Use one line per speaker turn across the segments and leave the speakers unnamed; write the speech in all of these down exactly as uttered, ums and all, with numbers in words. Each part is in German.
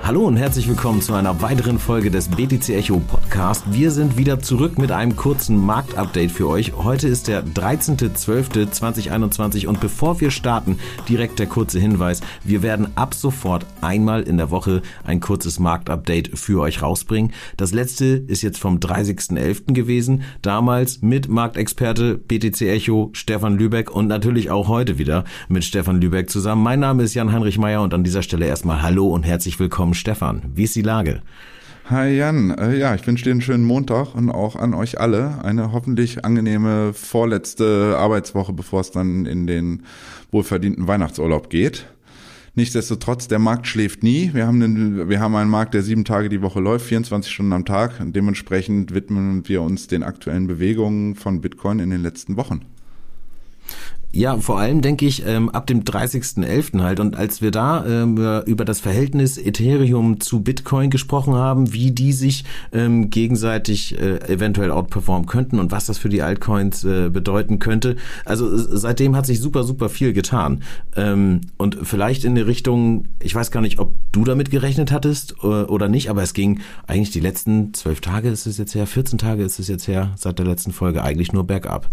Hallo und herzlich willkommen zu einer weiteren Folge des B T C Echo Podcast. Wir sind wieder zurück mit einem kurzen Marktupdate für euch. Heute ist der dreizehnter zwölfter zweitausendeinundzwanzig und bevor wir starten, direkt der kurze Hinweis. Wir werden ab sofort einmal in der Woche ein kurzes Marktupdate für euch rausbringen. Das letzte ist jetzt vom dreißigsten elften gewesen, damals mit Marktexperte B T C Echo Stefan Lübeck und natürlich auch heute wieder mit Stefan Lübeck zusammen. Mein Name ist Jan-Heinrich Meyer und an dieser Stelle erstmal Hallo und herzlich willkommen. Stefan, wie ist die Lage?
Hi Jan, äh, ja, ich wünsche dir einen schönen Montag und auch an euch alle eine hoffentlich angenehme vorletzte Arbeitswoche, bevor es dann in den wohlverdienten Weihnachtsurlaub geht. Nichtsdestotrotz, der Markt schläft nie. Wir haben einen, wir haben einen Markt, der sieben Tage die Woche läuft, vierundzwanzig Stunden am Tag. Und dementsprechend widmen wir uns den aktuellen Bewegungen von Bitcoin in den letzten Wochen.
Ja, vor allem denke ich ähm, ab dem dreißigsten elften halt und als wir da ähm, über das Verhältnis Ethereum zu Bitcoin gesprochen haben, wie die sich ähm, gegenseitig äh, eventuell outperformen könnten und was das für die Altcoins äh, bedeuten könnte. Also seitdem hat sich super, super viel getan. Ähm, und vielleicht in die Richtung, ich weiß gar nicht, ob du damit gerechnet hattest äh, oder nicht, aber es ging eigentlich die letzten zwölf Tage ist es jetzt her, vierzehn Tage ist es jetzt her, seit der letzten Folge eigentlich nur bergab.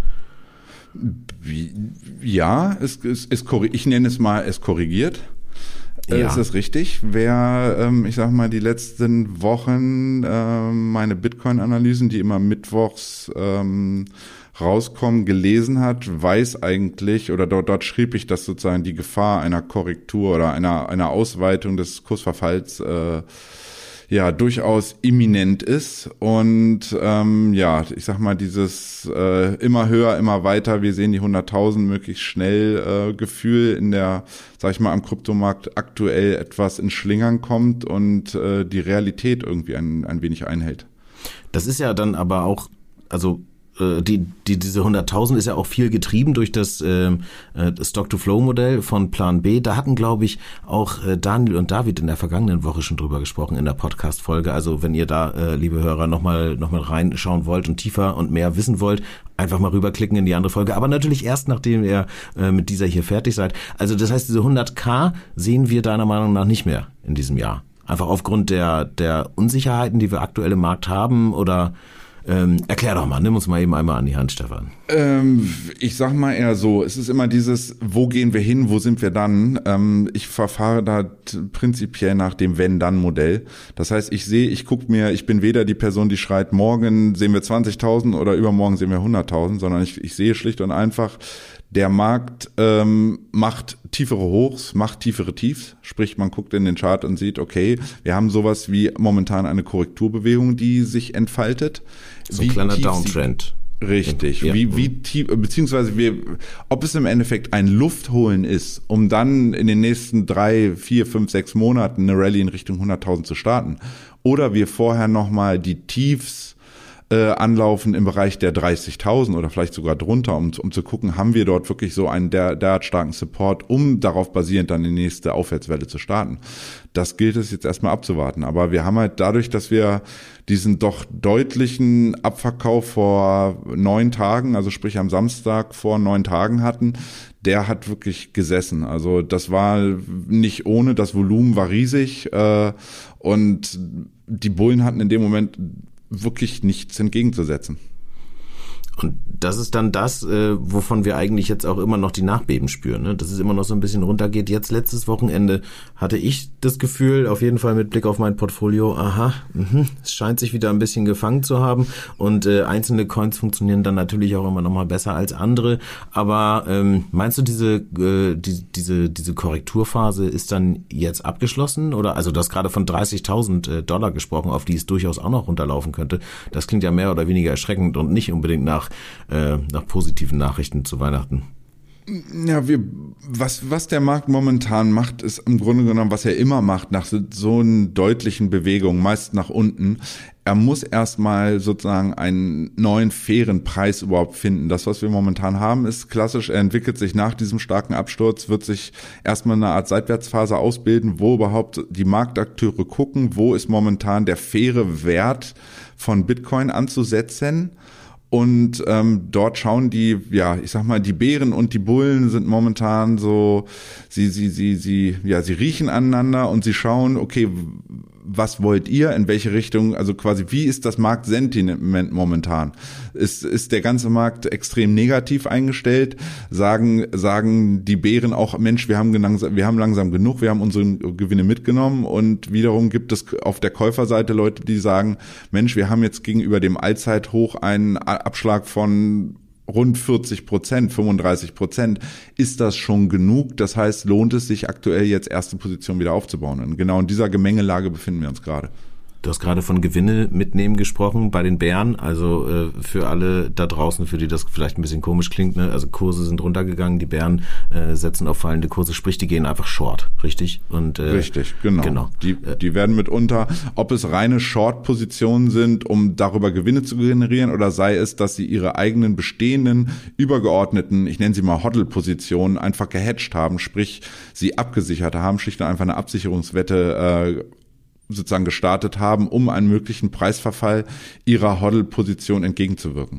Ja, es, es, es, ich nenne es mal, es korrigiert. Ja. Es ist richtig. Wer, ähm, ich sag mal, die letzten Wochen ähm, meine Bitcoin-Analysen, die immer mittwochs ähm, rauskommen, gelesen hat, weiß eigentlich, oder dort, dort schrieb ich, dass sozusagen die Gefahr einer Korrektur oder einer, einer Ausweitung des Kursverfalls äh, ja durchaus imminent ist und ähm, ja, ich sag mal dieses äh, immer höher, immer weiter, wir sehen die hunderttausend möglichst schnell äh, Gefühl in der, sag ich mal, am Kryptomarkt aktuell etwas ins Schlingern kommt und äh, die Realität irgendwie ein, ein wenig einhält.
Das ist ja dann aber auch, also Die, die, diese hunderttausend ist ja auch viel getrieben durch das äh, Stock-to-Flow-Modell von Plan B. Da hatten, glaube ich, auch äh, Daniel und David in der vergangenen Woche schon drüber gesprochen in der Podcast-Folge. Also wenn ihr da, äh, liebe Hörer, nochmal noch mal reinschauen wollt und tiefer und mehr wissen wollt, einfach mal rüberklicken in die andere Folge. Aber natürlich erst, nachdem ihr äh, mit dieser hier fertig seid. Also das heißt, diese hunderttausend sehen wir deiner Meinung nach nicht mehr in diesem Jahr. Einfach aufgrund der, der Unsicherheiten, die wir aktuell im Markt haben oder... Ähm, erklär doch mal, nimm uns mal eben einmal an die Hand, Stefan.
Ähm, ich sag mal eher so, es ist immer dieses, wo gehen wir hin, wo sind wir dann? Ähm, ich verfahre da t- prinzipiell nach dem Wenn-Dann-Modell. Das heißt, ich sehe, ich gucke mir, ich bin weder die Person, die schreit, morgen sehen wir zwanzigtausend oder übermorgen sehen wir hunderttausend, sondern ich, ich sehe schlicht und einfach, der Markt ähm, macht tiefere Hochs, macht tiefere Tiefs, sprich man guckt in den Chart und sieht, okay, wir haben sowas wie momentan eine Korrekturbewegung, die sich entfaltet.
So ein kleiner Downtrend.
Richtig,
ja.
wie, wie tief, beziehungsweise wir, ob es im Endeffekt ein Luftholen ist, um dann in den nächsten drei, vier, fünf, sechs Monaten eine Rallye in Richtung hunderttausend zu starten, oder wir vorher nochmal die Tiefs Äh, anlaufen im Bereich der dreißigtausend oder vielleicht sogar drunter, um, um zu gucken, haben wir dort wirklich so einen der, derart starken Support, um darauf basierend dann die nächste Aufwärtswelle zu starten. Das gilt es jetzt erstmal abzuwarten. Aber wir haben halt dadurch, dass wir diesen doch deutlichen Abverkauf vor neun Tagen, also sprich am Samstag vor neun Tagen hatten, der hat wirklich gesessen. Also das war nicht ohne, das Volumen war riesig äh, und die Bullen hatten in dem Moment wirklich nichts entgegenzusetzen.
Und das ist dann das, äh, wovon wir eigentlich jetzt auch immer noch die Nachbeben spüren, ne? Dass es immer noch so ein bisschen runtergeht. Jetzt letztes Wochenende hatte ich das Gefühl, auf jeden Fall mit Blick auf mein Portfolio, aha, mh, es scheint sich wieder ein bisschen gefangen zu haben und äh, einzelne Coins funktionieren dann natürlich auch immer noch mal besser als andere. Aber ähm, meinst du, diese äh, die, diese diese Korrekturphase ist dann jetzt abgeschlossen? Oder also du hast gerade von dreißigtausend äh, Dollar gesprochen, auf die es durchaus auch noch runterlaufen könnte. Das klingt ja mehr oder weniger erschreckend und nicht unbedingt nach Äh, nach positiven Nachrichten zu Weihnachten.
Ja, wir, was, was der Markt momentan macht, ist im Grunde genommen, was er immer macht, nach so, so einer deutlichen Bewegung, meist nach unten. Er muss erstmal sozusagen einen neuen, fairen Preis überhaupt finden. Das, was wir momentan haben, ist klassisch, er entwickelt sich nach diesem starken Absturz, wird sich erstmal eine Art Seitwärtsphase ausbilden, wo überhaupt die Marktakteure gucken, wo ist momentan der faire Wert von Bitcoin anzusetzen. Und ähm, dort schauen die, ja, ich sag mal, die Bären und die Bullen sind momentan so, sie, sie, sie, sie, ja, sie riechen aneinander und sie schauen, okay, was wollt ihr, in welche Richtung, also quasi, wie ist das Marktsentiment momentan? Ist, ist der ganze Markt extrem negativ eingestellt? Sagen, sagen die Bären auch, Mensch, wir haben langsam, wir haben langsam genug, wir haben unsere Gewinne mitgenommen, und wiederum gibt es auf der Käuferseite Leute, die sagen, Mensch, wir haben jetzt gegenüber dem Allzeithoch einen Abschlag von rund vierzig Prozent, fünfunddreißig Prozent, ist das schon genug? Das heißt, lohnt es sich aktuell jetzt erste Position wieder aufzubauen? Und genau in dieser Gemengelage befinden wir uns gerade.
Du hast gerade von Gewinne mitnehmen gesprochen bei den Bären, also äh, für alle da draußen, für die das vielleicht ein bisschen komisch klingt, ne? Also Kurse sind runtergegangen, die Bären äh, setzen auf fallende Kurse, sprich die gehen einfach short, richtig? Und äh,
richtig, genau. genau. Die, die werden mitunter, ob es reine Short-Positionen sind, um darüber Gewinne zu generieren, oder sei es, dass sie ihre eigenen bestehenden, übergeordneten, ich nenne sie mal Hodl-Positionen, einfach gehatcht haben, sprich sie abgesichert haben, schlicht und einfach eine Absicherungswette äh, sozusagen gestartet haben, um einen möglichen Preisverfall ihrer Hodl-Position entgegenzuwirken.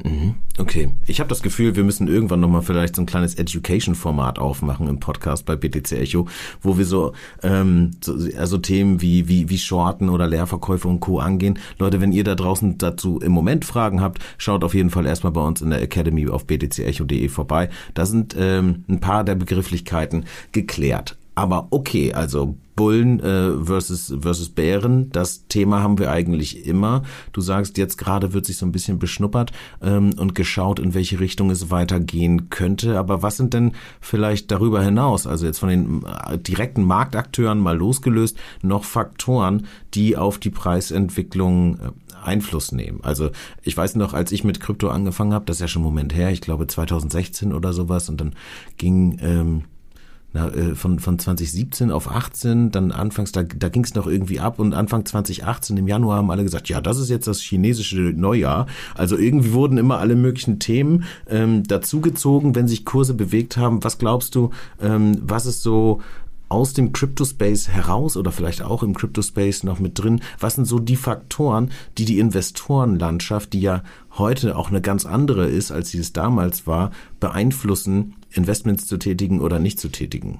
Okay, ich habe das Gefühl, wir müssen irgendwann nochmal vielleicht so ein kleines Education-Format aufmachen im Podcast bei B T C Echo, wo wir so, ähm, so also Themen wie wie wie Shorten oder Leerverkäufe und Co. angehen. Leute, wenn ihr da draußen dazu im Moment Fragen habt, schaut auf jeden Fall erstmal bei uns in der Academy auf b t c echo punkt d e vorbei. Da sind ähm, ein paar der Begrifflichkeiten geklärt. Aber okay, also Bullen äh, versus versus Bären, das Thema haben wir eigentlich immer. Du sagst, jetzt gerade wird sich so ein bisschen beschnuppert ähm, und geschaut, in welche Richtung es weitergehen könnte. Aber was sind denn vielleicht darüber hinaus, also jetzt von den äh, direkten Marktakteuren mal losgelöst, noch Faktoren, die auf die Preisentwicklung äh, Einfluss nehmen? Also ich weiß noch, als ich mit Krypto angefangen habe, das ist ja schon einen Moment her, ich glaube zwanzig sechzehn oder sowas, und dann ging ähm, Na, äh, von von zwanzig siebzehn auf achtzehn, dann anfangs, da, da ging es noch irgendwie ab, und Anfang zwanzig achtzehn im Januar haben alle gesagt, ja, das ist jetzt das chinesische Neujahr. Also irgendwie wurden immer alle möglichen Themen ähm, dazugezogen, wenn sich Kurse bewegt haben. Was glaubst du, ähm, was ist so aus dem Crypto-Space heraus oder vielleicht auch im Crypto-Space noch mit drin, was sind so die Faktoren, die die Investorenlandschaft, die ja heute auch eine ganz andere ist, als sie es damals war, beeinflussen, Investments zu tätigen oder nicht zu tätigen?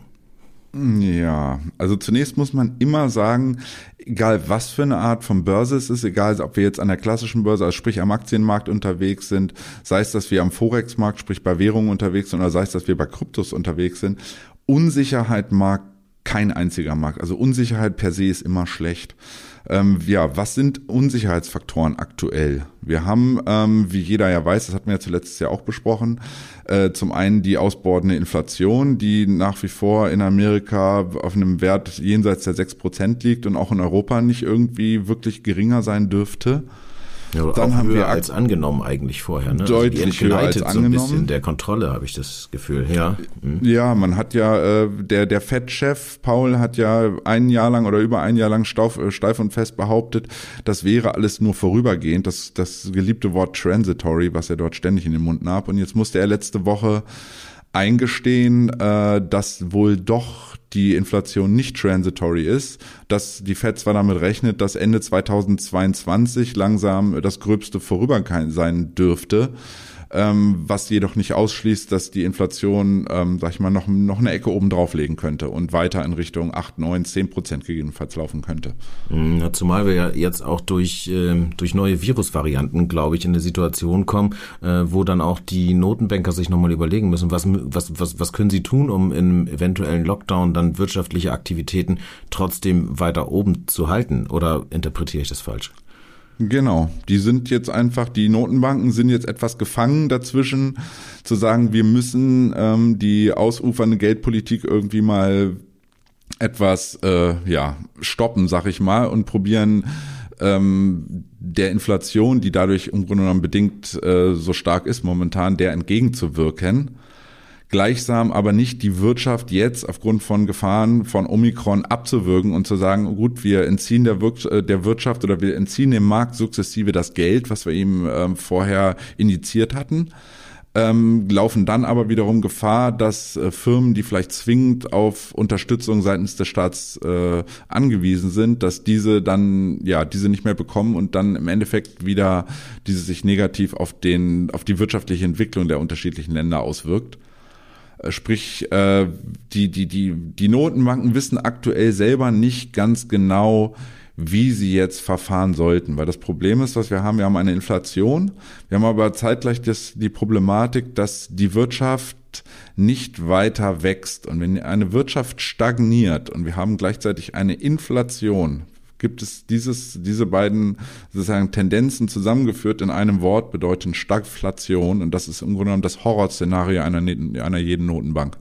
Ja, also zunächst muss man immer sagen, egal was für eine Art von Börse es ist, egal ob wir jetzt an der klassischen Börse, also sprich am Aktienmarkt unterwegs sind, sei es, dass wir am Forex-Markt, sprich bei Währungen unterwegs sind, oder sei es, dass wir bei Kryptos unterwegs sind, Unsicherheit mag kein einziger Markt. Also Unsicherheit per se ist immer schlecht. Ähm, ja, was sind Unsicherheitsfaktoren aktuell? Wir haben, ähm, wie jeder ja weiß, das hatten wir ja zuletzt ja auch besprochen, äh, zum einen die ausbordende Inflation, die nach wie vor in Amerika auf einem Wert jenseits der sechs Prozent liegt und auch in Europa nicht irgendwie wirklich geringer sein dürfte.
Ja, dann haben wir als angenommen eigentlich vorher, ne?
Deutlich
also
höher als
so
angenommen.
ein bisschen der Kontrolle, habe ich das Gefühl. Ja,
mhm. ja, man hat ja äh, der der Fed-Chef Paul hat ja ein Jahr lang oder über ein Jahr lang stauf, äh, steif und fest behauptet, das wäre alles nur vorübergehend. Das das geliebte Wort transitory, was er dort ständig in den Mund nahm. Und jetzt musste er letzte Woche eingestehen, äh, dass wohl doch die Inflation nicht transitory ist, dass die Fed zwar damit rechnet, dass Ende zweitausendzweiundzwanzig langsam das Gröbste vorüber sein dürfte, ähm, was jedoch nicht ausschließt, dass die Inflation, ähm, sag ich mal, noch, noch eine Ecke oben drauflegen könnte und weiter in Richtung acht, neun, zehn Prozent gegebenenfalls laufen könnte.
Ja, zumal wir ja jetzt auch durch, äh, durch neue Virusvarianten, glaube ich, in eine Situation kommen, äh, wo dann auch die Notenbanker sich nochmal überlegen müssen, was, was, was, was können sie tun, um im eventuellen Lockdown dann wirtschaftliche Aktivitäten trotzdem weiter oben zu halten? Oder interpretiere ich das falsch?
Genau, die sind jetzt einfach, die Notenbanken sind jetzt etwas gefangen dazwischen, zu sagen, wir müssen ähm, die ausufernde Geldpolitik irgendwie mal etwas äh, ja stoppen, sag ich mal, und probieren ähm, der Inflation, die dadurch im Grunde genommen bedingt äh, so stark ist momentan, der entgegenzuwirken. Gleichsam aber nicht die Wirtschaft jetzt aufgrund von Gefahren von Omikron abzuwürgen und zu sagen, gut, wir entziehen der, Wir- der Wirtschaft oder wir entziehen dem Markt sukzessive das Geld, was wir ihm ähm, vorher indiziert hatten, ähm, laufen dann aber wiederum Gefahr, dass äh, Firmen, die vielleicht zwingend auf Unterstützung seitens des Staats äh, angewiesen sind, dass diese dann ja diese nicht mehr bekommen und dann im Endeffekt wieder diese sich negativ auf den auf die wirtschaftliche Entwicklung der unterschiedlichen Länder auswirkt. Äh, sprich, äh, die die die die Notenbanken wissen aktuell selber nicht ganz genau, wie sie jetzt verfahren sollten. Weil das Problem ist, was wir haben, wir haben eine Inflation, wir haben aber zeitgleich das, die Problematik, dass die Wirtschaft nicht weiter wächst. Und wenn eine Wirtschaft stagniert und wir haben gleichzeitig eine Inflation, gibt es dieses, diese beiden sozusagen Tendenzen zusammengeführt in einem Wort, bedeuten Stagflation. Und das ist im Grunde genommen das Horrorszenario einer, einer jeden Notenbank.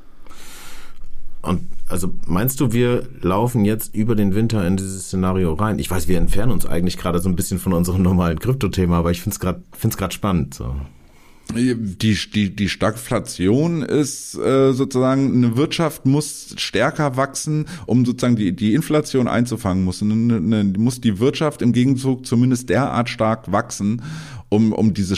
Und also meinst du, wir laufen jetzt über den Winter in dieses Szenario rein? Ich weiß, wir entfernen uns eigentlich gerade so ein bisschen von unserem normalen Kryptothema, aber ich finde es gerade finde es gerade spannend. So.
Die, die, die Stagflation ist äh, sozusagen, eine Wirtschaft muss stärker wachsen, um sozusagen die, die Inflation einzufangen, muss, eine, eine, muss die Wirtschaft im Gegenzug zumindest derart stark wachsen, um, um dieses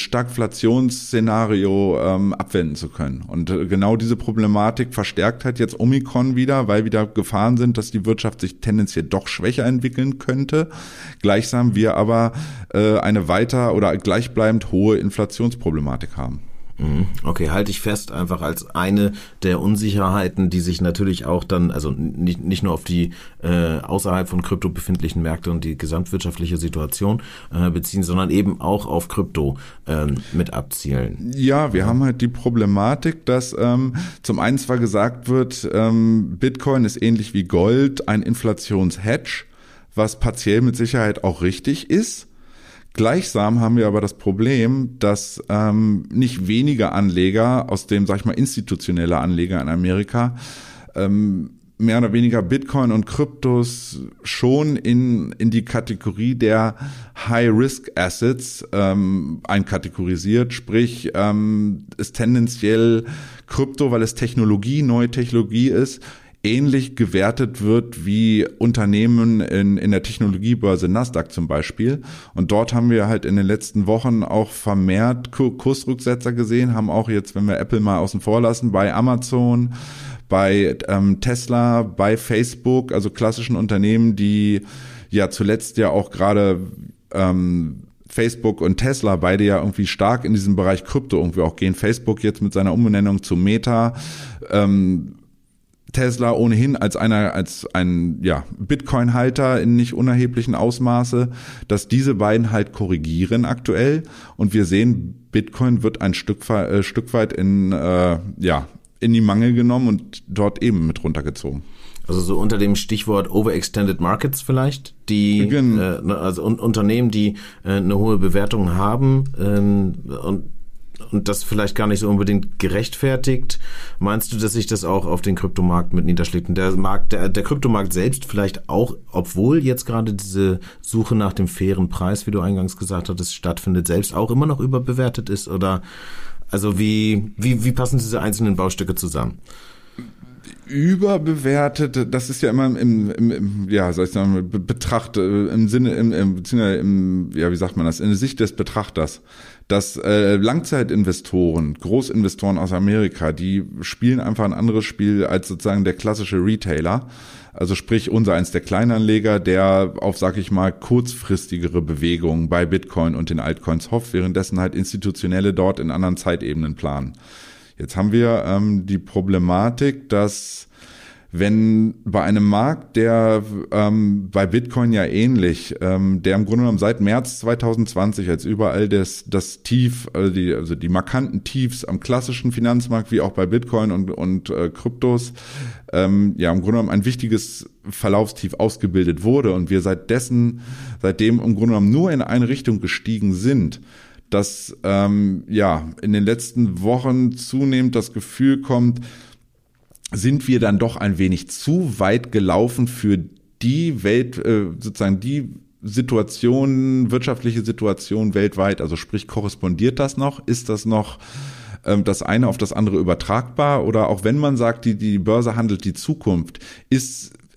Stagflationsszenario ähm, abwenden zu können. Und äh, genau diese Problematik verstärkt halt jetzt Omikron wieder, weil wieder Gefahren sind, dass die Wirtschaft sich tendenziell doch schwächer entwickeln könnte. Gleichsam wir aber äh, eine weiter oder gleichbleibend hohe Inflationsproblematik haben.
Okay, halte ich fest, einfach als eine der Unsicherheiten, die sich natürlich auch dann, also nicht, nicht nur auf die äh, außerhalb von Krypto befindlichen Märkte und die gesamtwirtschaftliche Situation äh, beziehen, sondern eben auch auf Krypto ähm, mit abzielen.
Ja, wir ja. haben halt die Problematik, dass ähm, zum einen zwar gesagt wird, ähm, Bitcoin ist ähnlich wie Gold ein Inflationshedge, was partiell mit Sicherheit auch richtig ist. Gleichsam haben wir aber das Problem, dass ähm, nicht wenige Anleger, aus dem, sag ich mal, institutionelle Anleger in Amerika, ähm, mehr oder weniger Bitcoin und Kryptos schon in in die Kategorie der High-Risk-Assets ähm, einkategorisiert. Sprich, ähm, ist tendenziell Krypto, weil es Technologie, neue Technologie ist, ähnlich gewertet wird wie Unternehmen in, in der Technologiebörse Nasdaq zum Beispiel. Und dort haben wir halt in den letzten Wochen auch vermehrt Kursrücksetzer gesehen, haben auch jetzt, wenn wir Apple mal außen vor lassen, bei Amazon, bei ähm, Tesla, bei Facebook, also klassischen Unternehmen, die ja zuletzt ja auch gerade ähm, Facebook und Tesla beide ja irgendwie stark in diesem Bereich Krypto irgendwie auch gehen. Facebook jetzt mit seiner Umbenennung zu Meta, ähm, Tesla ohnehin als einer, als ein, ja, Bitcoin-Halter in nicht unerheblichen Ausmaße, dass diese beiden halt korrigieren aktuell und wir sehen, Bitcoin wird ein Stück, äh, Stück weit in, äh, ja, in die Mangel genommen und dort eben mit runtergezogen.
Also so unter dem Stichwort Overextended Markets vielleicht, die, Gen- äh, also un- Unternehmen, die äh, eine hohe Bewertung haben ähm, und und das vielleicht gar nicht so unbedingt gerechtfertigt. Meinst du, dass sich das auch auf den Kryptomarkt mit niederschlägt? Und der Markt, der, der Kryptomarkt selbst vielleicht auch, obwohl jetzt gerade diese Suche nach dem fairen Preis, wie du eingangs gesagt hattest, stattfindet, selbst auch immer noch überbewertet ist? Oder also wie, wie, wie passen diese einzelnen Baustücke zusammen?
Überbewertet, das ist ja immer im, im, im ja, soll ich sagen, Betracht, im Sinne, im, im, im, ja, wie sagt man das, in der Sicht des Betrachters, dass äh, Langzeitinvestoren, Großinvestoren aus Amerika, die spielen einfach ein anderes Spiel als sozusagen der klassische Retailer. Also sprich, unser eins der Kleinanleger, der auf, sag ich mal, kurzfristigere Bewegungen bei Bitcoin und den Altcoins hofft, währenddessen halt Institutionelle dort in anderen Zeitebenen planen. Jetzt haben wir ähm, die Problematik, dass wenn bei einem Markt, der ähm, bei Bitcoin ja ähnlich, ähm, der im Grunde genommen seit März zwanzig zwanzig als überall das, das Tief, also die, also die markanten Tiefs am klassischen Finanzmarkt wie auch bei Bitcoin und, und äh, Kryptos, ähm, ja im Grunde genommen ein wichtiges Verlaufstief ausgebildet wurde und wir seit dessen, seitdem im Grunde genommen nur in eine Richtung gestiegen sind, dass ähm, ja in den letzten Wochen zunehmend das Gefühl kommt, sind wir dann doch ein wenig zu weit gelaufen für die Welt, äh, sozusagen die Situation, wirtschaftliche Situation weltweit. Also sprich, korrespondiert das noch? Ist das noch ähm, das eine auf das andere übertragbar? Oder auch wenn man sagt, die, die Börse handelt die Zukunft, ist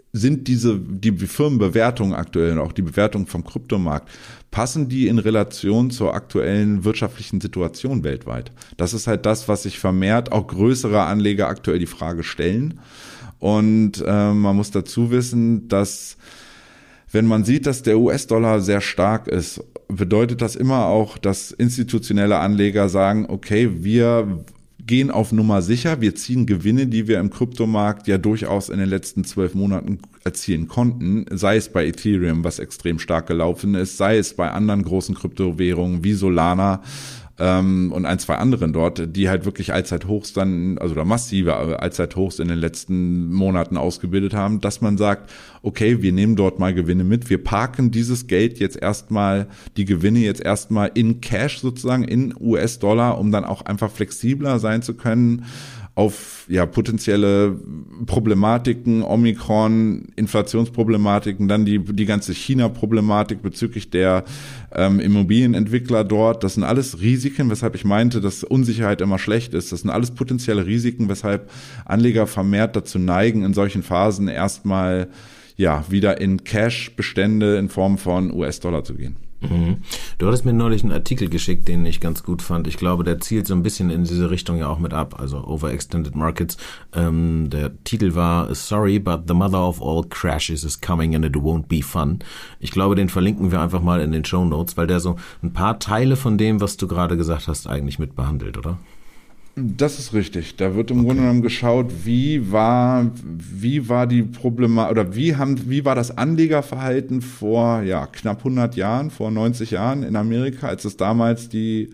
sind diese, die Firmenbewertungen aktuell, auch die Bewertung vom Kryptomarkt, passen die in Relation zur aktuellen wirtschaftlichen Situation weltweit? Das ist halt das, was sich vermehrt auch größere Anleger aktuell die Frage stellen. Und äh, man muss dazu wissen, dass wenn man sieht, dass der U S-Dollar sehr stark ist, bedeutet das immer auch, dass institutionelle Anleger sagen, okay, wir gehen auf Nummer sicher, wir ziehen Gewinne, die wir im Kryptomarkt ja durchaus in den letzten zwölf Monaten erzielen konnten, sei es bei Ethereum, was extrem stark gelaufen ist, sei es bei anderen großen Kryptowährungen wie Solana ähm, und ein, zwei anderen dort, die halt wirklich Allzeithochs dann, also oder massive Allzeithochs in den letzten Monaten ausgebildet haben, dass man sagt, okay, wir nehmen dort mal Gewinne mit, wir parken dieses Geld jetzt erstmal, die Gewinne jetzt erstmal in Cash sozusagen, in U S-Dollar, um dann auch einfach flexibler sein zu können auf ja potenzielle Problematiken, Omikron, Inflationsproblematiken, dann die die ganze China-Problematik bezüglich der ähm, Immobilienentwickler dort. Das sind alles Risiken, weshalb ich meinte, dass Unsicherheit immer schlecht ist. Das sind alles potenzielle Risiken, weshalb Anleger vermehrt dazu neigen, in solchen Phasen erstmal ja wieder in Cash-Bestände in Form von U S-Dollar zu gehen.
Mhm. Du hattest mir neulich einen Artikel geschickt, den ich ganz gut fand. Ich glaube, der zielt so ein bisschen in diese Richtung ja auch mit ab, also Overextended Markets. Ähm, der Titel war Sorry, but the mother of all crashes is coming and it won't be fun. Ich glaube, den verlinken wir einfach mal in den Shownotes, weil der so ein paar Teile von dem, was du gerade gesagt hast, eigentlich mit behandelt, oder?
Das ist richtig. Da wird im okay. Grunde genommen geschaut, wie war, wie war die Problematik oder wie haben, wie war das Anlegerverhalten vor ja knapp hundert Jahren, vor neunzig Jahren in Amerika, als es damals die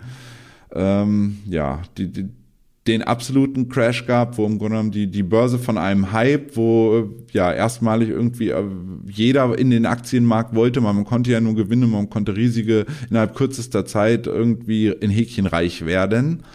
ähm, ja die, die den absoluten Crash gab, wo im Grunde genommen die die Börse von einem Hype, wo ja erstmalig irgendwie äh, jeder in den Aktienmarkt wollte, man konnte ja nur gewinnen, man konnte riesige innerhalb kürzester Zeit irgendwie in Häkchen reich werden.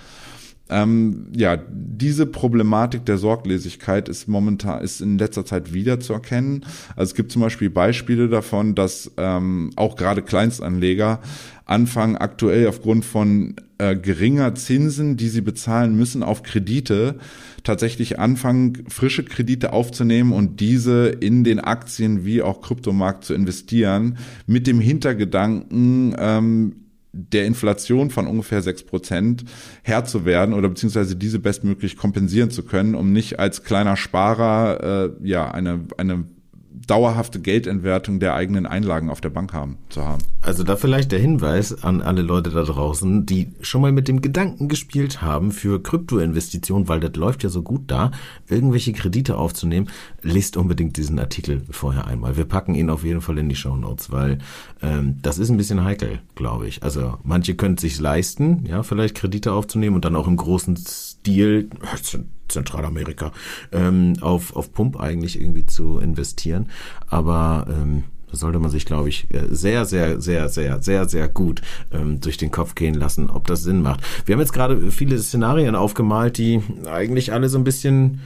Ähm, ja, diese Problematik der Sorglosigkeit ist momentan, ist in letzter Zeit wieder zu erkennen. Also es gibt zum Beispiel Beispiele davon, dass ähm, auch gerade Kleinstanleger anfangen aktuell aufgrund von äh, geringer Zinsen, die sie bezahlen müssen auf Kredite, tatsächlich anfangen, frische Kredite aufzunehmen und diese in den Aktien wie auch Kryptomarkt zu investieren, mit dem Hintergedanken, ähm, der Inflation von ungefähr sechs Prozent Herr zu werden oder beziehungsweise diese bestmöglich kompensieren zu können, um nicht als kleiner Sparer äh, ja eine eine dauerhafte Geldentwertung der eigenen Einlagen auf der Bank haben zu haben.
Also da vielleicht der Hinweis an alle Leute da draußen, die schon mal mit dem Gedanken gespielt haben, für Kryptoinvestitionen, weil das läuft ja so gut da, irgendwelche Kredite aufzunehmen, lest unbedingt diesen Artikel vorher einmal. Wir packen ihn auf jeden Fall in die Shownotes, weil ähm, das ist ein bisschen heikel, glaube ich. Also manche können es sich leisten, ja, vielleicht Kredite aufzunehmen und dann auch im großen Stil, Zentralamerika, ähm, auf, auf Pump eigentlich irgendwie zu investieren. Aber ähm, da sollte man sich, glaube ich, sehr, sehr, sehr, sehr, sehr, sehr gut ähm, durch den Kopf gehen lassen, ob das Sinn macht. Wir haben jetzt gerade viele Szenarien aufgemalt, die eigentlich alle so ein bisschen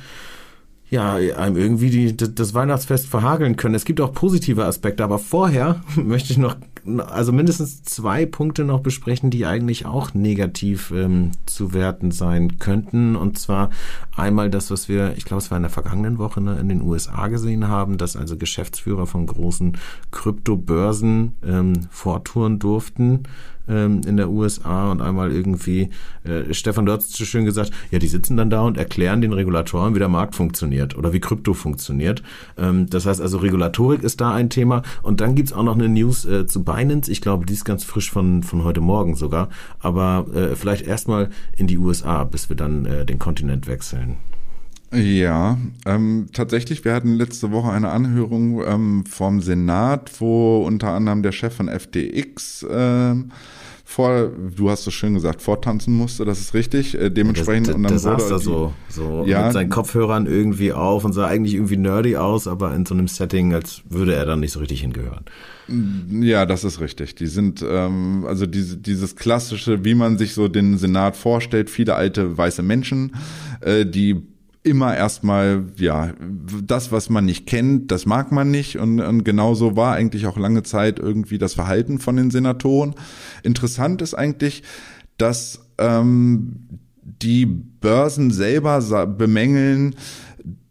ja, einem irgendwie die, das Weihnachtsfest verhageln können. Es gibt auch positive Aspekte, aber vorher möchte ich noch, also mindestens zwei Punkte noch besprechen, die eigentlich auch negativ ähm, zu werten sein könnten. Und zwar einmal das, was wir, ich glaube, es war in der vergangenen Woche ne, in den U S A gesehen haben, dass also Geschäftsführer von großen Kryptobörsen ähm, vortouren durften in der U S A und einmal irgendwie, äh, Stefan, du hast so schön gesagt, ja, die sitzen dann da und erklären den Regulatoren, wie der Markt funktioniert oder wie Krypto funktioniert. Ähm, das heißt also, Regulatorik ist da ein Thema und dann gibt's auch noch eine News äh, zu Binance. Ich glaube, die ist ganz frisch von von heute Morgen sogar, aber äh, vielleicht erstmal in die U S A, bis wir dann äh, den Kontinent wechseln.
Ja, ähm, tatsächlich, wir hatten letzte Woche eine Anhörung ähm, vom Senat, wo unter anderem der Chef von F T X ähm, vor, du hast so schön gesagt, vortanzen musste, das ist richtig, äh, dementsprechend.
Das,
und dann
der
wurde
saß da
die,
so, so
ja,
mit seinen Kopfhörern irgendwie auf und sah eigentlich irgendwie nerdy aus, aber in so einem Setting, als würde er dann nicht so richtig hingehören.
Ja, das ist richtig. Die sind, ähm, also diese, dieses klassische, wie man sich so den Senat vorstellt, viele alte weiße Menschen, äh, die immer erstmal, ja, das, was man nicht kennt, das mag man nicht und, und genauso war eigentlich auch lange Zeit irgendwie das Verhalten von den Senatoren. Interessant ist eigentlich, dass ähm, die Börsen selber bemängeln,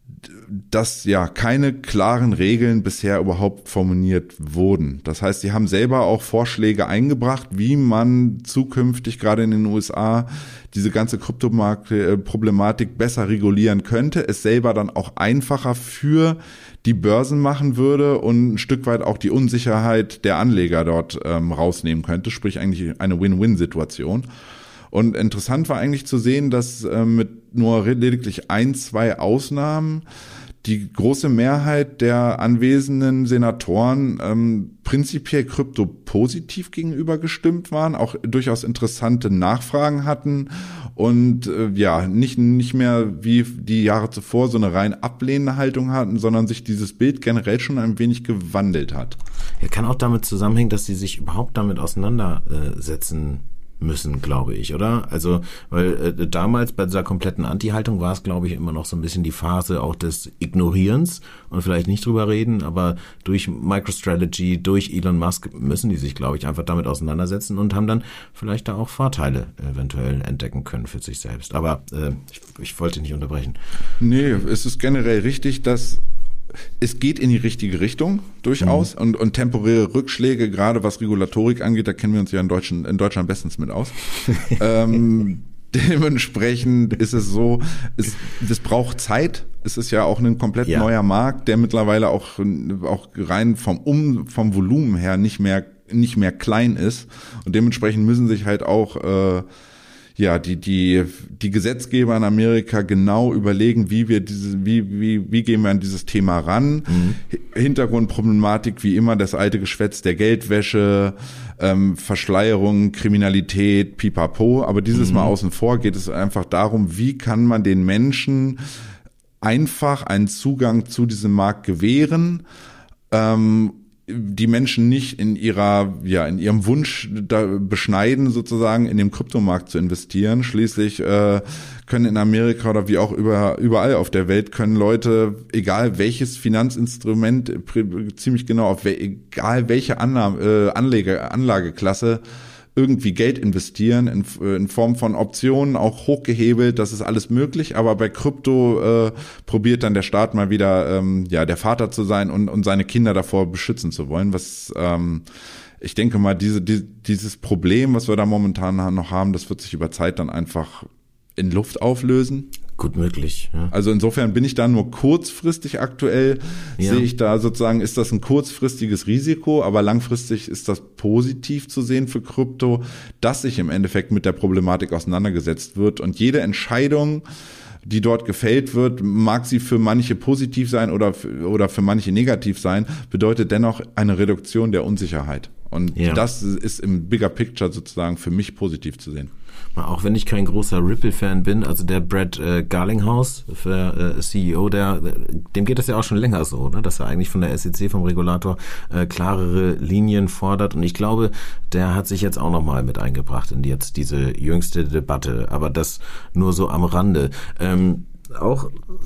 dass ja keine klaren Regeln bisher überhaupt formuliert wurden. Das heißt, sie haben selber auch Vorschläge eingebracht, wie man zukünftig gerade in den U S A diese ganze Kryptomarkt-Problematik besser regulieren könnte, es selber dann auch einfacher für die Börsen machen würde und ein Stück weit auch die Unsicherheit der Anleger dort ähm, rausnehmen könnte, sprich eigentlich eine Win-Win-Situation. Und interessant war eigentlich zu sehen, dass äh, mit nur lediglich ein, zwei Ausnahmen die große Mehrheit der anwesenden Senatoren ähm, prinzipiell Krypto positiv gegenüber gestimmt waren, auch durchaus interessante Nachfragen hatten und äh, ja, nicht nicht mehr wie die Jahre zuvor so eine rein ablehnende Haltung hatten, sondern sich dieses Bild generell schon ein wenig gewandelt hat.
Ja, kann auch damit zusammenhängen, dass sie sich überhaupt damit auseinandersetzen müssen, glaube ich, oder? Also, weil äh, damals bei dieser kompletten Anti-Haltung war es, glaube ich, immer noch so ein bisschen die Phase auch des Ignorierens und vielleicht nicht drüber reden, aber durch MicroStrategy, durch Elon Musk müssen die sich, glaube ich, einfach damit auseinandersetzen und haben dann vielleicht da auch Vorteile eventuell entdecken können für sich selbst. Aber äh, ich, ich wollte nicht unterbrechen.
Nee, es ist generell richtig, dass es geht in die richtige Richtung, durchaus. Mhm. Und, und temporäre Rückschläge, gerade was Regulatorik angeht, da kennen wir uns ja in Deutschland, in Deutschland bestens mit aus. ähm, dementsprechend ist es so, es, es braucht Zeit. Es ist ja auch ein komplett ja. neuer Markt, der mittlerweile auch, auch rein vom, um, vom Volumen her nicht mehr, nicht mehr klein ist. Und dementsprechend müssen sich halt auch, äh, ja, die, die, die Gesetzgeber in Amerika genau überlegen, wie wir diese, wie, wie, wie gehen wir an dieses Thema ran. Mhm. Hintergrundproblematik, wie immer, das alte Geschwätz der Geldwäsche, ähm, Verschleierung, Kriminalität, pipapo. Aber dieses mhm. Mal außen vor geht es einfach darum, wie kann man den Menschen einfach einen Zugang zu diesem Markt gewähren, ähm, die Menschen nicht in ihrer, ja, in ihrem Wunsch da beschneiden, sozusagen in dem Kryptomarkt zu investieren. Schließlich äh, können in Amerika oder wie auch über, überall auf der Welt können Leute, egal welches Finanzinstrument, ziemlich genau auf, egal welche Annahme, äh, Anlage, Anlageklasse, irgendwie Geld investieren in, in Form von Optionen, auch hochgehebelt, das ist alles möglich, aber bei Krypto äh, probiert dann der Staat mal wieder ähm, ja der Vater zu sein und, und seine Kinder davor beschützen zu wollen, was ähm, ich denke mal, diese, die, dieses Problem, was wir da momentan noch haben, das wird sich über Zeit dann einfach in Luft auflösen.
Gut möglich. Ja.
Also insofern bin ich da nur kurzfristig aktuell, ja. sehe ich da sozusagen, ist das ein kurzfristiges Risiko, aber langfristig ist das positiv zu sehen für Krypto, dass sich im Endeffekt mit der Problematik auseinandergesetzt wird und jede Entscheidung, die dort gefällt wird, mag sie für manche positiv sein oder für, oder für manche negativ sein, bedeutet dennoch eine Reduktion der Unsicherheit. Und ja. das ist im Bigger Picture sozusagen für mich positiv zu sehen.
Auch wenn ich kein großer Ripple-Fan bin, also der Brad äh, Garlinghouse, der äh, C E O, der, dem geht es ja auch schon länger so, ne, dass er eigentlich von der S E C, vom Regulator, äh, klarere Linien fordert. Und ich glaube, der hat sich jetzt auch nochmal mit eingebracht in jetzt diese jüngste Debatte. Aber das nur so am Rande. Ähm, auch,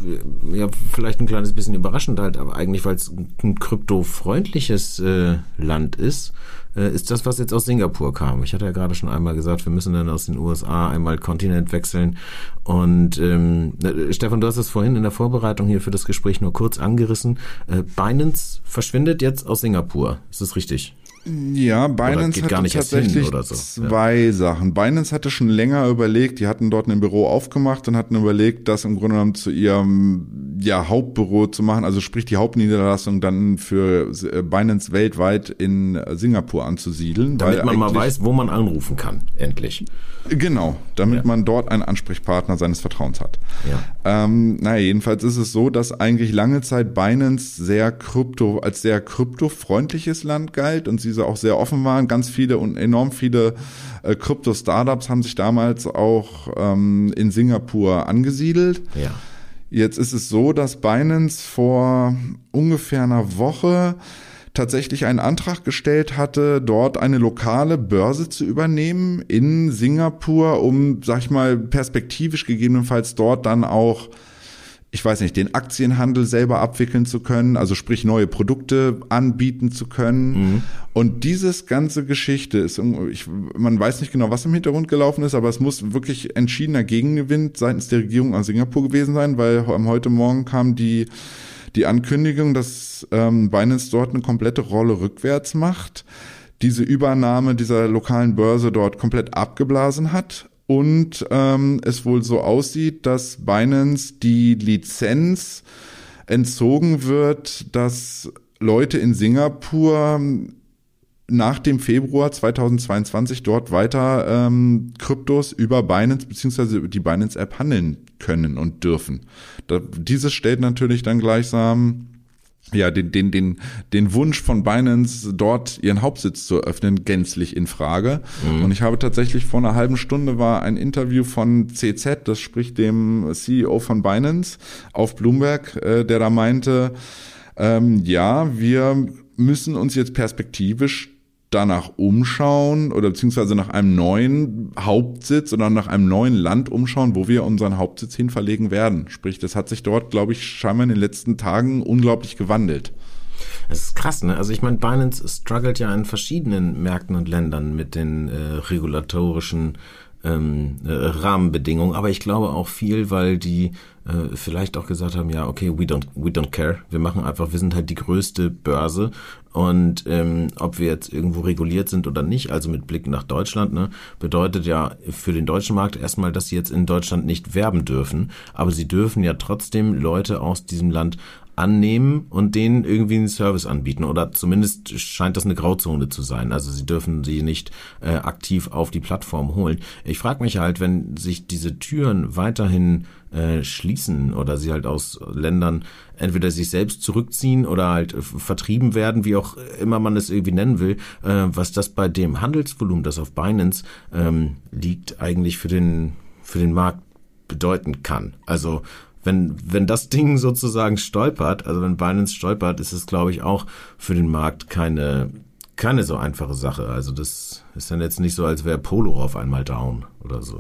ja, vielleicht ein kleines bisschen überraschend halt, aber eigentlich, weil es ein kryptofreundliches äh, Land ist, äh, ist das, was jetzt aus Singapur kam. Ich hatte ja gerade schon einmal gesagt, wir müssen dann aus den U S A einmal Kontinent wechseln. Und ähm, Stefan, du hast es vorhin in der Vorbereitung hier für das Gespräch nur kurz angerissen. Äh, Binance verschwindet jetzt aus Singapur. Ist das richtig?
Ja, Binance hatte tatsächlich so. zwei ja. Sachen. Binance hatte schon länger überlegt, die hatten dort ein Büro aufgemacht und hatten überlegt, das im Grunde genommen zu ihrem ja, Hauptbüro zu machen, also sprich die Hauptniederlassung dann für Binance weltweit in Singapur anzusiedeln.
Damit man mal weiß, wo man anrufen kann, endlich.
Genau, damit ja. man dort einen Ansprechpartner seines Vertrauens hat. Ja. Ähm, naja, jedenfalls ist es so, dass eigentlich lange Zeit Binance sehr krypto, als sehr kryptofreundliches Land galt und sie auch sehr offen waren. Ganz viele und enorm viele äh, Krypto-Startups haben sich damals auch ähm, in Singapur angesiedelt.
Ja.
Jetzt ist es so, dass Binance vor ungefähr einer Woche tatsächlich einen Antrag gestellt hatte, dort eine lokale Börse zu übernehmen in Singapur, um, sag ich mal, perspektivisch gegebenenfalls dort dann auch, ich weiß nicht, den Aktienhandel selber abwickeln zu können, also sprich neue Produkte anbieten zu können. Mhm. Und dieses ganze Geschichte ist, ich, man weiß nicht genau, was im Hintergrund gelaufen ist, aber es muss wirklich entschiedener Gegengewinn seitens der Regierung aus Singapur gewesen sein, weil heute Morgen kam die, die Ankündigung, dass ähm, Binance dort eine komplette Rolle rückwärts macht, diese Übernahme dieser lokalen Börse dort komplett abgeblasen hat. Und ähm, es wohl so aussieht, dass Binance die Lizenz entzogen wird, dass Leute in Singapur nach dem Februar zweitausendzweiundzwanzig dort weiter ähm, Kryptos über Binance bzw. über die Binance-App handeln können und dürfen. Da, dieses stellt natürlich dann gleichsam ja, den, den, den, den Wunsch von Binance, dort ihren Hauptsitz zu eröffnen, gänzlich in Frage. Mhm. Und ich habe tatsächlich vor einer halben Stunde war ein Interview von C Z, das spricht dem C E O von Binance, auf Bloomberg, äh, der da meinte, ähm, ja, wir müssen uns jetzt perspektivisch danach umschauen oder beziehungsweise nach einem neuen Hauptsitz oder nach einem neuen Land umschauen, wo wir unseren Hauptsitz hin verlegen werden. Sprich, das hat sich dort, glaube ich, scheinbar in den letzten Tagen unglaublich gewandelt.
Das ist krass, ne? Also ich meine, Binance struggelt ja in verschiedenen Märkten und Ländern mit den äh, regulatorischen ähm, äh, Rahmenbedingungen, aber ich glaube auch viel, weil die äh, vielleicht auch gesagt haben, ja, okay, we don't, we don't care, wir machen einfach, wir sind halt die größte Börse und ähm, ob wir jetzt irgendwo reguliert sind oder nicht, also mit Blick nach Deutschland, ne, bedeutet ja für den deutschen Markt erstmal, dass sie jetzt in Deutschland nicht werben dürfen, aber sie dürfen ja trotzdem Leute aus diesem Land annehmen und denen irgendwie einen Service anbieten oder zumindest scheint das eine Grauzone zu sein. Also sie dürfen sie nicht äh, aktiv auf die Plattform holen. Ich frage mich halt, wenn sich diese Türen weiterhin äh, schließen oder sie halt aus Ländern entweder sich selbst zurückziehen oder halt äh, vertrieben werden, wie auch immer man es irgendwie nennen will, äh, was das bei dem Handelsvolumen, das auf Binance ähm, liegt, eigentlich für den für den Markt bedeuten kann. Also Wenn, wenn das Ding sozusagen stolpert, also wenn Binance stolpert, ist es, glaube ich, auch für den Markt keine, keine so einfache Sache. Also das ist dann jetzt nicht so, als wäre Polo auf einmal down oder so.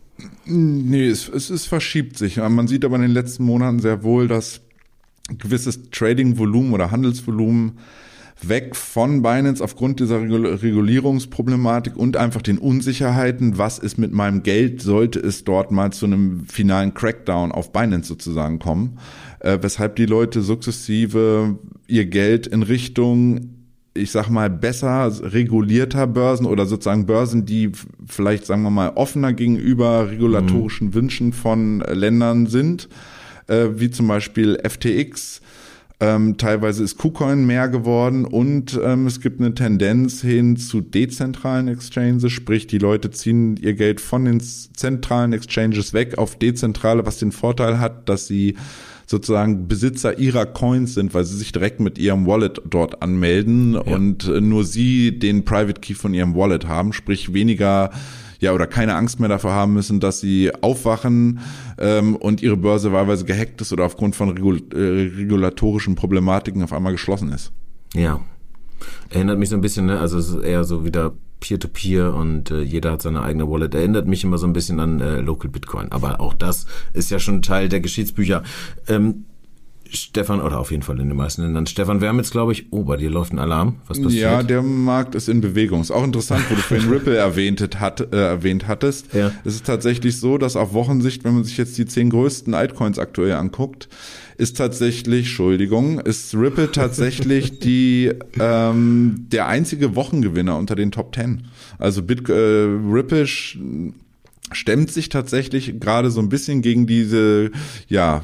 Nee, es, es, es verschiebt sich. Man sieht aber in den letzten Monaten sehr wohl, dass gewisses Trading-Volumen oder Handelsvolumen weg von Binance aufgrund dieser Regulierungsproblematik und einfach den Unsicherheiten, was ist mit meinem Geld, sollte es dort mal zu einem finalen Crackdown auf Binance sozusagen kommen, äh, weshalb die Leute sukzessive ihr Geld in Richtung, ich sag mal, besser regulierter Börsen oder sozusagen Börsen, die vielleicht, sagen wir mal, offener gegenüber regulatorischen mhm. Wünschen von Ländern sind, äh, wie zum Beispiel F T X. Ähm, teilweise ist KuCoin mehr geworden und ähm, es gibt eine Tendenz hin zu dezentralen Exchanges, sprich die Leute ziehen ihr Geld von den zentralen Exchanges weg auf dezentrale, was den Vorteil hat, dass sie sozusagen Besitzer ihrer Coins sind, weil sie sich direkt mit ihrem Wallet dort anmelden ja. und äh, nur sie den Private Key von ihrem Wallet haben, sprich weniger ja oder keine Angst mehr davor haben müssen, dass sie aufwachen ähm, und ihre Börse wahlweise gehackt ist oder aufgrund von regul- äh, regulatorischen Problematiken auf einmal geschlossen ist.
Ja, erinnert mich so ein bisschen, ne? Also es ist eher so wieder Peer-to-Peer und äh, jeder hat seine eigene Wallet. Erinnert mich immer so ein bisschen an äh, Local Bitcoin, aber auch das ist ja schon Teil der Geschichtsbücher. Ähm, Stefan, oder auf jeden Fall in den meisten Ländern. Stefan, wir haben jetzt, glaube ich, oh, bei dir läuft ein Alarm. Was passiert?
Ja, der Markt ist in Bewegung. Ist auch interessant, wo du vorhin Ripple erwähnt, hat, äh, erwähnt hattest. Ja. Es ist tatsächlich so, dass auf Wochensicht, wenn man sich jetzt die zehn größten Altcoins aktuell anguckt, ist tatsächlich, Entschuldigung, ist Ripple tatsächlich die ähm, der einzige Wochengewinner unter den Top Ten. Also Bit, äh, Ripple sch- stemmt sich tatsächlich gerade so ein bisschen gegen diese ja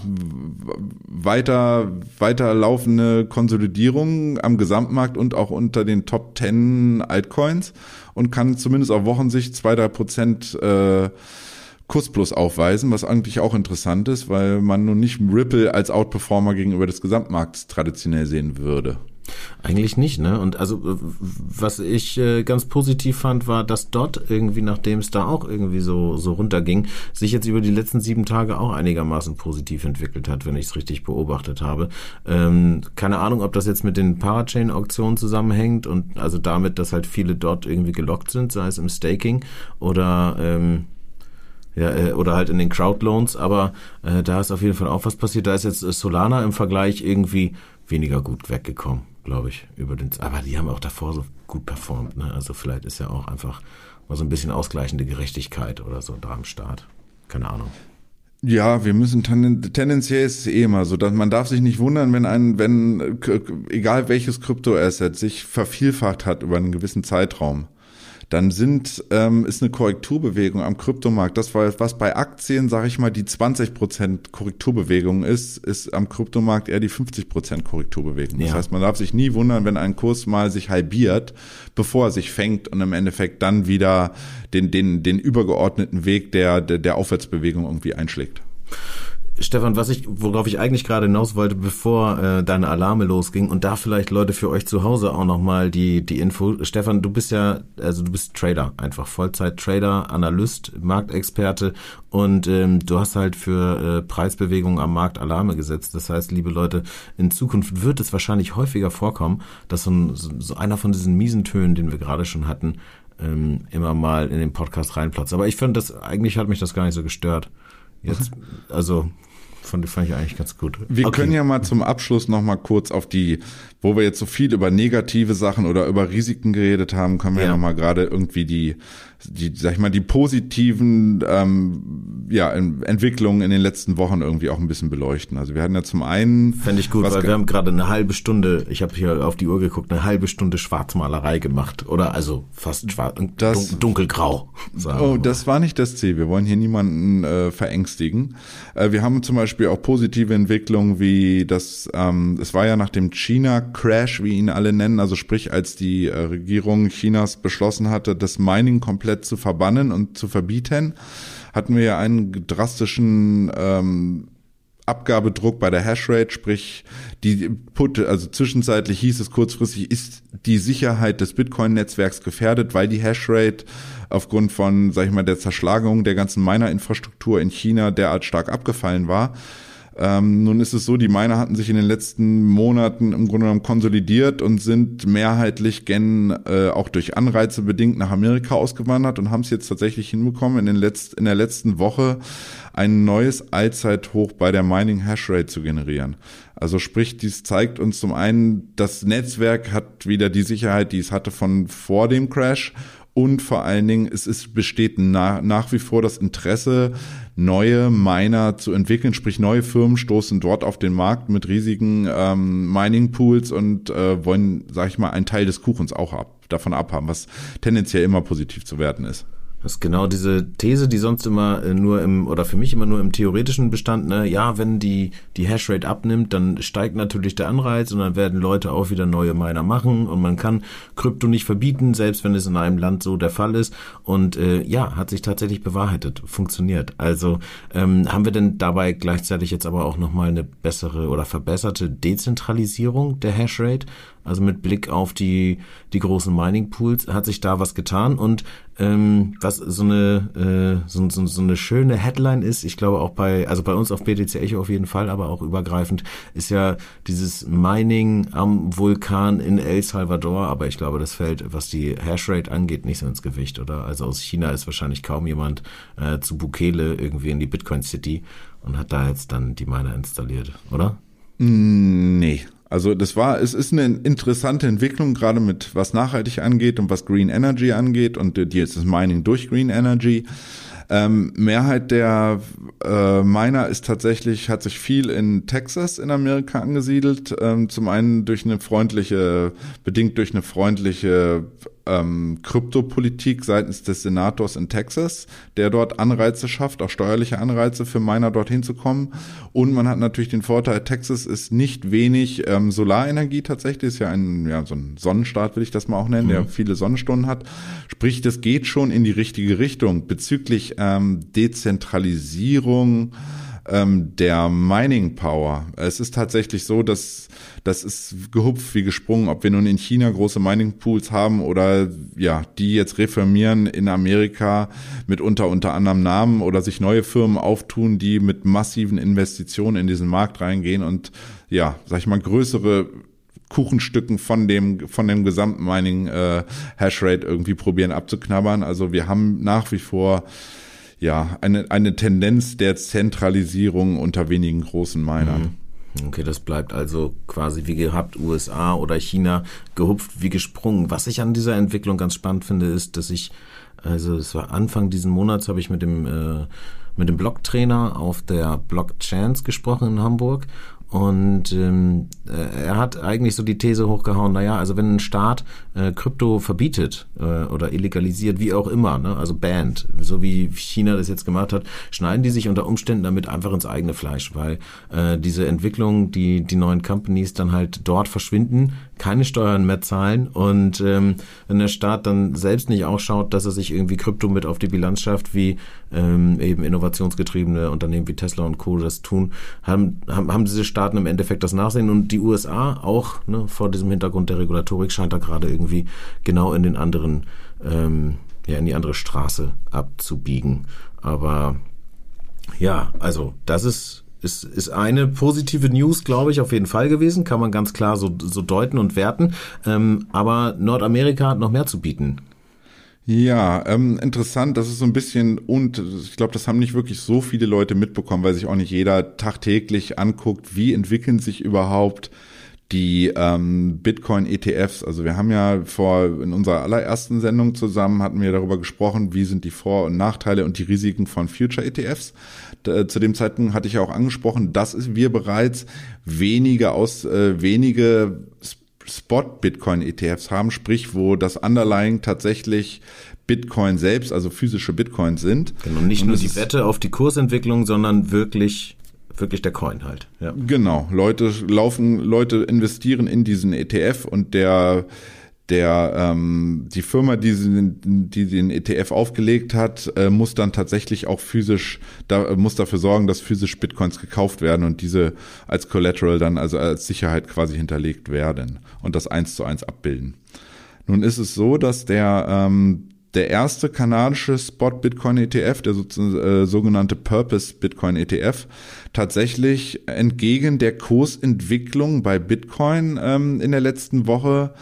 weiter weiter laufende Konsolidierung am Gesamtmarkt und auch unter den Top Ten Altcoins und kann zumindest auf Wochensicht zwei, drei Prozent äh, Kursplus aufweisen, was eigentlich auch interessant ist, weil man nun nicht Ripple als Outperformer gegenüber des Gesamtmarkts traditionell sehen würde.
Eigentlich nicht, ne? Und also was ich äh, ganz positiv fand, war, dass dort irgendwie, nachdem es da auch irgendwie so so runterging, sich jetzt über die letzten sieben Tage auch einigermaßen positiv entwickelt hat, wenn ich es richtig beobachtet habe. Ähm, keine Ahnung, ob das jetzt mit den Parachain-Auktionen zusammenhängt und also damit, dass halt viele dort irgendwie gelockt sind, sei es im Staking oder ähm, Ja, äh, oder halt in den Crowdloans, aber äh, da ist auf jeden Fall auch was passiert. Da ist jetzt äh, Solana im Vergleich irgendwie weniger gut weggekommen, glaube ich, über den. Aber die haben auch davor so gut performt, ne? Also vielleicht ist ja auch einfach mal so ein bisschen ausgleichende Gerechtigkeit oder so da am Start. Keine Ahnung.
Ja, wir müssen ten, tendenziell ist es eh immer so, dass man darf sich nicht wundern, wenn ein, wenn egal welches Kryptoasset sich vervielfacht hat über einen gewissen Zeitraum, dann sind ähm, ist eine Korrekturbewegung am Kryptomarkt. Das war was bei Aktien, sage ich mal, die zwanzig Prozent Korrekturbewegung ist, ist am Kryptomarkt eher die fünfzig Prozent Korrekturbewegung. Das
ja.
heißt, man darf sich nie wundern, wenn ein Kurs mal sich halbiert, bevor er sich fängt und im Endeffekt dann wieder den den den übergeordneten Weg der der, der Aufwärtsbewegung irgendwie einschlägt.
Stefan, was ich, worauf ich eigentlich gerade hinaus wollte, bevor äh, deine Alarme losging und da vielleicht Leute für euch zu Hause auch nochmal die die Info. Stefan, du bist ja, also du bist Trader, einfach Vollzeit-Trader, Analyst, Marktexperte und ähm, du hast halt für äh, Preisbewegungen am Markt Alarme gesetzt. Das heißt, liebe Leute, in Zukunft wird es wahrscheinlich häufiger vorkommen, dass so, ein, so einer von diesen miesen Tönen, den wir gerade schon hatten, ähm, immer mal in den Podcast reinplatzt. Aber ich finde, das eigentlich hat mich das gar nicht so gestört. Jetzt, also, fand, fand ich eigentlich ganz gut.
Wir
okay.
können ja mal zum Abschluss noch mal kurz auf die, wo wir jetzt so viel über negative Sachen oder über Risiken geredet haben, können wir ja, ja noch mal gerade irgendwie die, die, sag ich mal, die positiven ähm, ja, Entwicklungen in den letzten Wochen irgendwie auch ein bisschen beleuchten. Also wir hatten ja zum einen...
Fände ich gut, weil wir haben gerade eine halbe Stunde, ich habe hier auf die Uhr geguckt, eine halbe Stunde Schwarzmalerei gemacht. Oder also fast schwarz, das, dunkelgrau.
Oh, das war nicht das Ziel. Wir wollen hier niemanden äh, verängstigen. Äh, wir haben zum Beispiel auch positive Entwicklungen wie das, ähm, es war ja nach dem China-Crash, wie ihn alle nennen, also sprich, als die äh, Regierung Chinas beschlossen hatte, das Mining komplett zu verbannen und zu verbieten, hatten wir ja einen drastischen ähm, Abgabedruck bei der Hashrate, sprich die Put, also zwischenzeitlich hieß es kurzfristig, ist die Sicherheit des Bitcoin-Netzwerks gefährdet, weil die Hashrate aufgrund von, sag ich mal, der Zerschlagung der ganzen Miner-Infrastruktur in China derart stark abgefallen war. Ähm, nun ist es so, die Miner hatten sich in den letzten Monaten im Grunde genommen konsolidiert und sind mehrheitlich gen äh, auch durch Anreize bedingt nach Amerika ausgewandert und haben es jetzt tatsächlich hinbekommen, in den letzt, in der letzten Woche ein neues Allzeithoch bei der Mining Hashrate zu generieren. Also sprich, dies zeigt uns zum einen, das Netzwerk hat wieder die Sicherheit, die es hatte von vor dem Crash. Und vor allen Dingen, es ist, besteht nach, nach wie vor das Interesse, neue Miner zu entwickeln, sprich neue Firmen stoßen dort auf den Markt mit riesigen ähm, Mining-Pools und äh, wollen, sag ich mal, einen Teil des Kuchens auch ab, davon abhaben, was tendenziell immer positiv zu werten ist.
Das ist genau diese These, die sonst immer nur im, oder für mich immer nur im theoretischen Bestand, ne, ja, wenn die, die Hashrate abnimmt, dann steigt natürlich der Anreiz und dann werden Leute auch wieder neue Miner machen und man kann Krypto nicht verbieten, selbst wenn es in einem Land so der Fall ist und äh, ja, hat sich tatsächlich bewahrheitet, funktioniert. Also ähm, haben wir denn dabei gleichzeitig jetzt aber auch nochmal eine bessere oder verbesserte Dezentralisierung der Hashrate? Also mit Blick auf die die großen Mining Pools hat sich da was getan und ähm, was so eine äh, so, so, so eine schöne Headline ist, ich glaube auch bei also bei uns auf B T C Echo auf jeden Fall, aber auch übergreifend ist ja dieses Mining am Vulkan in El Salvador, aber ich glaube, das fällt, was die Hashrate angeht, nicht so ins Gewicht, oder? Also aus China ist wahrscheinlich kaum jemand äh, zu Bukele irgendwie in die Bitcoin City und hat da jetzt dann die Miner installiert, oder?
Nee. Also das war, es ist eine interessante Entwicklung, gerade mit was nachhaltig angeht und was Green Energy angeht und die ist das Mining durch Green Energy. Ähm, Mehrheit der äh, Miner ist tatsächlich, hat sich viel in Texas in Amerika angesiedelt. Ähm, zum einen durch eine freundliche, bedingt durch eine freundliche ähm, Kryptopolitik seitens des Senators in Texas, der dort Anreize schafft, auch steuerliche Anreize für Miner dorthin zu kommen. Und man hat natürlich den Vorteil, Texas ist nicht wenig ähm, Solarenergie tatsächlich, ist ja ein, ja, so ein Sonnenstaat, will ich das mal auch nennen, mhm. der viele Sonnenstunden hat. Sprich, das geht schon in die richtige Richtung bezüglich ähm, Dezentralisierung ähm, der Mining Power. Es ist tatsächlich so, dass das ist gehupft wie gesprungen, ob wir nun in China große Mining Pools haben oder ja, die jetzt reformieren in Amerika mit unter unter anderem Namen oder sich neue Firmen auftun, die mit massiven Investitionen in diesen Markt reingehen und ja, sag ich mal, größere Kuchenstücken von dem von dem gesamten Mining äh, Hashrate irgendwie probieren abzuknabbern. Also wir haben nach wie vor ja, eine, eine Tendenz der Zentralisierung unter wenigen großen Minern.
Okay, das bleibt also quasi wie gehabt, U S A oder China, gehupft wie gesprungen. Was ich an dieser Entwicklung ganz spannend finde, ist, dass ich, also es war Anfang diesen Monats, habe ich mit dem äh, mit dem Blocktrainer auf der Blockchance gesprochen in Hamburg. Und ähm, er hat eigentlich so die These hochgehauen, naja, also wenn ein Staat äh, Krypto verbietet äh, oder illegalisiert, wie auch immer, ne, also bannt, so wie China das jetzt gemacht hat, schneiden die sich unter Umständen damit einfach ins eigene Fleisch, weil äh, diese Entwicklung, die die neuen Companies dann halt dort verschwinden, keine Steuern mehr zahlen und ähm, wenn der Staat dann selbst nicht auch schaut, dass er sich irgendwie Krypto mit auf die Bilanz schafft, wie ähm, eben innovationsgetriebene Unternehmen wie Tesla und Co. das tun, haben, haben, haben diese Staaten im Endeffekt das Nachsehen und die U S A auch, ne, vor diesem Hintergrund der Regulatorik scheint da gerade irgendwie genau in den anderen, ähm, ja, in die andere Straße abzubiegen. Aber ja, also das ist Ist, ist eine positive News, glaube ich, auf jeden Fall gewesen. Kann man ganz klar so, so deuten und werten. Ähm, aber Nordamerika hat noch mehr zu bieten.
Ja, ähm, interessant, das ist so ein bisschen, und ich glaube, das haben nicht wirklich so viele Leute mitbekommen, weil sich auch nicht jeder tagtäglich anguckt, wie entwickeln sich überhaupt die ähm, Bitcoin-E T Fs. Also wir haben ja vor, in unserer allerersten Sendung zusammen hatten wir darüber gesprochen, wie sind die Vor- und Nachteile und die Risiken von Future-E T Fs. Da, zu dem Zeitpunkt hatte ich ja auch angesprochen, dass wir bereits wenige aus äh, wenige Spot-Bitcoin-E T Fs haben, sprich, wo das Underlying tatsächlich Bitcoin selbst, also physische Bitcoins sind.
Genau, nicht und nur die Wette auf die Kursentwicklung, sondern wirklich wirklich der Coin halt. Ja.
Genau, Leute laufen, Leute investieren in diesen E T F und der der ähm, die Firma, die, die den E T F aufgelegt hat, äh, muss dann tatsächlich auch physisch, da muss dafür sorgen, dass physisch Bitcoins gekauft werden und diese als Collateral dann, also als Sicherheit quasi hinterlegt werden und das eins zu eins abbilden. Nun ist es so, dass der ähm, der erste kanadische Spot-Bitcoin-E T F, der so, äh, sogenannte Purpose-Bitcoin-E T F, tatsächlich entgegen der Kursentwicklung bei Bitcoin ähm, in der letzten Woche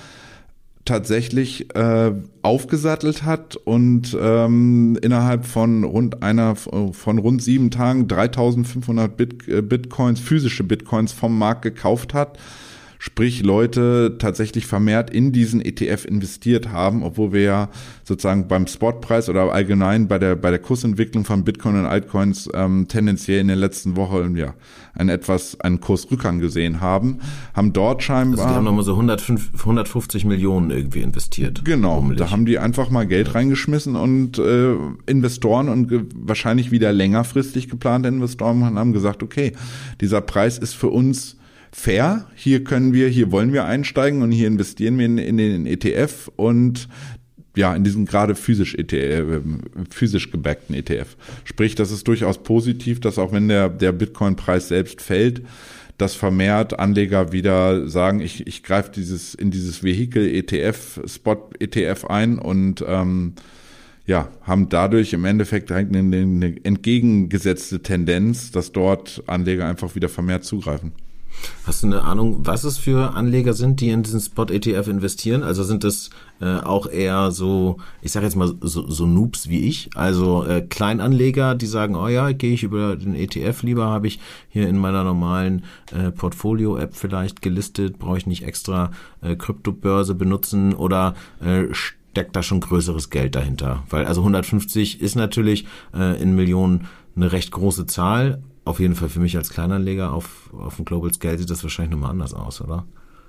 tatsächlich äh, aufgesattelt hat und ähm, innerhalb von rund einer von rund sieben Tagen dreitausendfünfhundert Bit, äh, Bitcoins, physische Bitcoins vom Markt gekauft hat. Sprich, Leute tatsächlich vermehrt in diesen E T F investiert haben, obwohl wir ja sozusagen beim Spotpreis oder allgemein bei der bei der Kursentwicklung von Bitcoin und Altcoins ähm, tendenziell in der letzten Woche ja einen etwas einen Kursrückgang gesehen haben, haben dort scheinbar.
Also die haben nochmal so hundertfünfzig Millionen irgendwie investiert.
Genau,
Rummelig.
Da haben die einfach mal Geld reingeschmissen und äh, Investoren und ge- wahrscheinlich wieder längerfristig geplante Investoren haben gesagt, okay, dieser Preis ist für uns fair, hier können wir, hier wollen wir einsteigen und hier investieren wir in, in den E T F und ja, in diesen gerade physisch E T F, physisch gebackten E T F. Sprich, das ist durchaus positiv, dass auch wenn der, der Bitcoin-Preis selbst fällt, dass vermehrt Anleger wieder sagen, ich, ich greife dieses, in dieses Vehikel E T F, Spot-E T F ein und, ähm, ja, haben dadurch im Endeffekt eine, eine entgegengesetzte Tendenz, dass dort Anleger einfach wieder vermehrt zugreifen.
Hast du eine Ahnung, was es für Anleger sind, die in diesen Spot-E T F investieren? Also sind das äh, auch eher so, ich sage jetzt mal so, so Noobs wie ich, also äh, Kleinanleger, die sagen, oh ja, gehe ich über den E T F lieber, habe ich hier in meiner normalen äh, Portfolio-App vielleicht gelistet, brauche ich nicht extra äh, Kryptobörse benutzen oder äh, steckt da schon größeres Geld dahinter? Weil also hundertfünfzig ist natürlich äh, in Millionen eine recht große Zahl. Auf jeden Fall für mich als Kleinanleger auf, auf dem Global Scale sieht das wahrscheinlich nochmal anders aus, oder?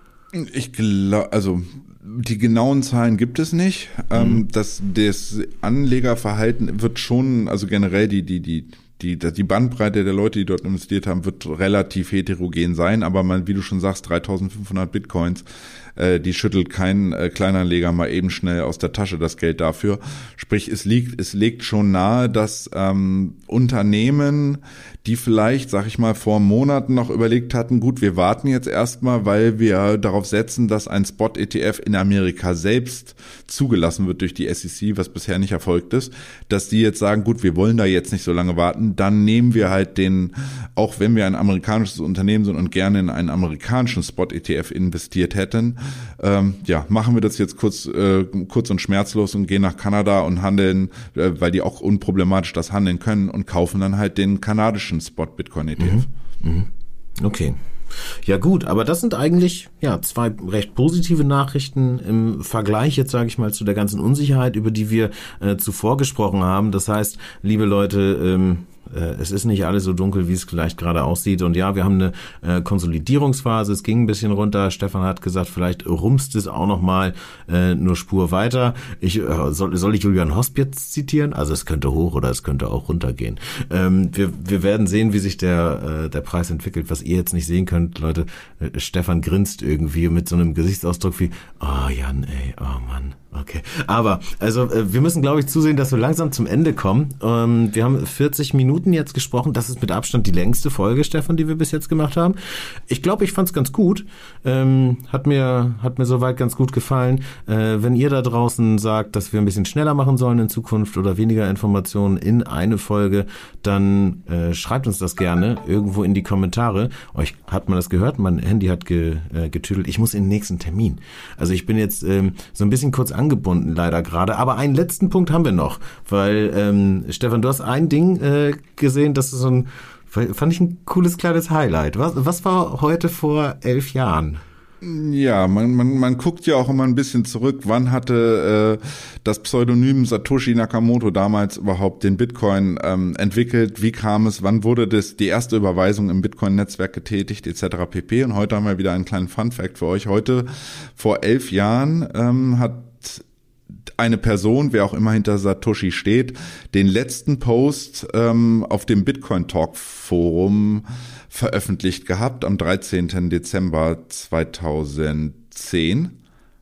Ich glaube, also die genauen Zahlen gibt es nicht. Mhm. Ähm, das, das Anlegerverhalten wird schon, also generell die, die, die, die, die Bandbreite der Leute, die dort investiert haben, wird relativ heterogen sein. Aber man, wie du schon sagst, dreitausendfünfhundert Bitcoins, äh, die schüttelt kein äh, Kleinanleger mal eben schnell aus der Tasche das Geld dafür. Sprich, es liegt, es legt schon nahe, dass ähm, Unternehmen, die vielleicht, sag ich mal, vor Monaten noch überlegt hatten, gut, wir warten jetzt erstmal, weil wir darauf setzen, dass ein Spot-E T F in Amerika selbst zugelassen wird durch die S E C, was bisher nicht erfolgt ist, dass die jetzt sagen, gut, wir wollen da jetzt nicht so lange warten, haben, dann nehmen wir halt den, auch wenn wir ein amerikanisches Unternehmen sind und gerne in einen amerikanischen Spot-E T F investiert hätten, ähm, ja, machen wir das jetzt kurz, äh, kurz und schmerzlos und gehen nach Kanada und handeln, äh, weil die auch unproblematisch das handeln können und kaufen dann halt den kanadischen Spot-Bitcoin-E T F.
Mhm. Okay. Ja gut, aber das sind eigentlich ja zwei recht positive Nachrichten im Vergleich jetzt, sage ich mal, zu der ganzen Unsicherheit, über die wir äh, zuvor gesprochen haben. Das heißt, liebe Leute, ähm, äh, es ist nicht alles so dunkel, wie es vielleicht gerade aussieht. Und ja, wir haben eine äh, Konsolidierungsphase, es ging ein bisschen runter. Stefan hat gesagt, vielleicht rumst es auch noch mal äh, nur Spur weiter. Ich äh, soll, soll ich Julian Hosp jetzt zitieren? Also es könnte hoch oder es könnte auch runtergehen. Ähm, wir, wir werden sehen, wie sich der, äh, der Preis entwickelt. Was ihr jetzt nicht sehen könnt, Leute, äh, Stefan grinst irgendwie mit so einem Gesichtsausdruck wie, oh Jan, ey, oh Mann. Okay, aber also äh, wir müssen, glaube ich, zusehen, dass wir langsam zum Ende kommen. Ähm, wir haben vierzig Minuten jetzt gesprochen. Das ist mit Abstand die längste Folge, Stefan, die wir bis jetzt gemacht haben. Ich glaube, ich fand es ganz gut. Ähm, hat mir hat mir soweit ganz gut gefallen. Äh, wenn ihr da draußen sagt, dass wir ein bisschen schneller machen sollen in Zukunft oder weniger Informationen in eine Folge, dann äh, schreibt uns das gerne irgendwo in die Kommentare. Euch hat man das gehört? Mein Handy hat ge, äh, getüdelt. Ich muss in den nächsten Termin. Also ich bin jetzt ähm, so ein bisschen kurz angebunden leider gerade, aber einen letzten Punkt haben wir noch, weil ähm, Stefan, du hast ein Ding äh, gesehen, das ist so ein, fand ich ein cooles kleines Highlight. Was, was war heute vor elf Jahren?
Ja, man, man, man guckt ja auch immer ein bisschen zurück, wann hatte äh, das Pseudonym Satoshi Nakamoto damals überhaupt den Bitcoin ähm, entwickelt, wie kam es, wann wurde das die erste Überweisung im Bitcoin-Netzwerk getätigt, et cetera pp. Und heute haben wir wieder einen kleinen Fun-Fact für euch. Heute, vor elf Jahren, ähm, hat eine Person, wer auch immer hinter Satoshi steht, den letzten Post ähm, auf dem Bitcoin Talk Forum veröffentlicht gehabt am dreizehnten Dezember zweitausendzehn.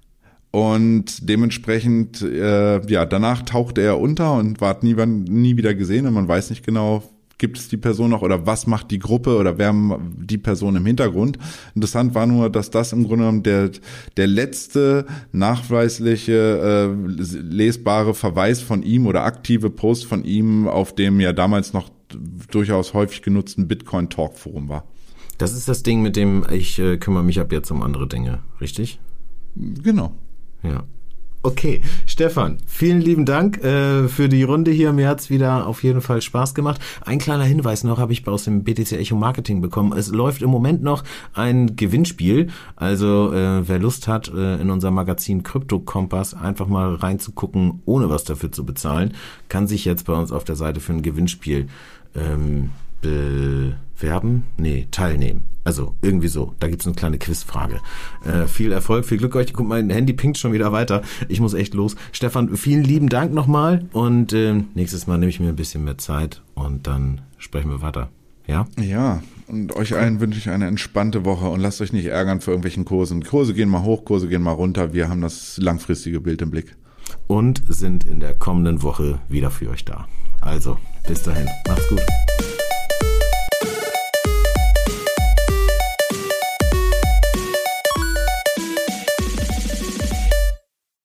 Und dementsprechend, äh, ja, danach tauchte er unter und ward nie, nie wieder gesehen und man weiß nicht genau, gibt es die Person noch oder was macht die Gruppe oder wer die Person im Hintergrund. Interessant war nur, dass das im Grunde genommen der, der letzte nachweisliche, äh, lesbare Verweis von ihm oder aktive Post von ihm auf dem ja damals noch durchaus häufig genutzten Bitcoin-Talk-Forum war.
Das ist das Ding, mit dem ich äh, kümmere mich ab jetzt um andere Dinge, richtig?
Genau.
Ja. Okay, Stefan, vielen lieben Dank äh, für die Runde hier. Mir hat's wieder auf jeden Fall Spaß gemacht. Ein kleiner Hinweis noch habe ich aus dem B T C Echo Marketing bekommen. Es läuft im Moment noch ein Gewinnspiel. Also äh, wer Lust hat, äh, in unser Magazin Krypto Kompass einfach mal reinzugucken, ohne was dafür zu bezahlen, kann sich jetzt bei uns auf der Seite für ein Gewinnspiel ähm, bewerben? Nee, teilnehmen. Also irgendwie so. Da gibt's eine kleine Quizfrage. Äh, viel Erfolg, viel Glück euch. Guck, mein Handy pinkt schon wieder weiter. Ich muss echt los. Stefan, vielen lieben Dank nochmal. Und äh, nächstes Mal nehme ich mir ein bisschen mehr Zeit und dann sprechen wir weiter. Ja?
Ja, und euch allen wünsche ich eine entspannte Woche und lasst euch nicht ärgern vor irgendwelchen Kursen. Kurse gehen mal hoch, Kurse gehen mal runter. Wir haben das langfristige Bild im Blick.
Und sind in der kommenden Woche wieder für euch da. Also, bis dahin. Macht's gut.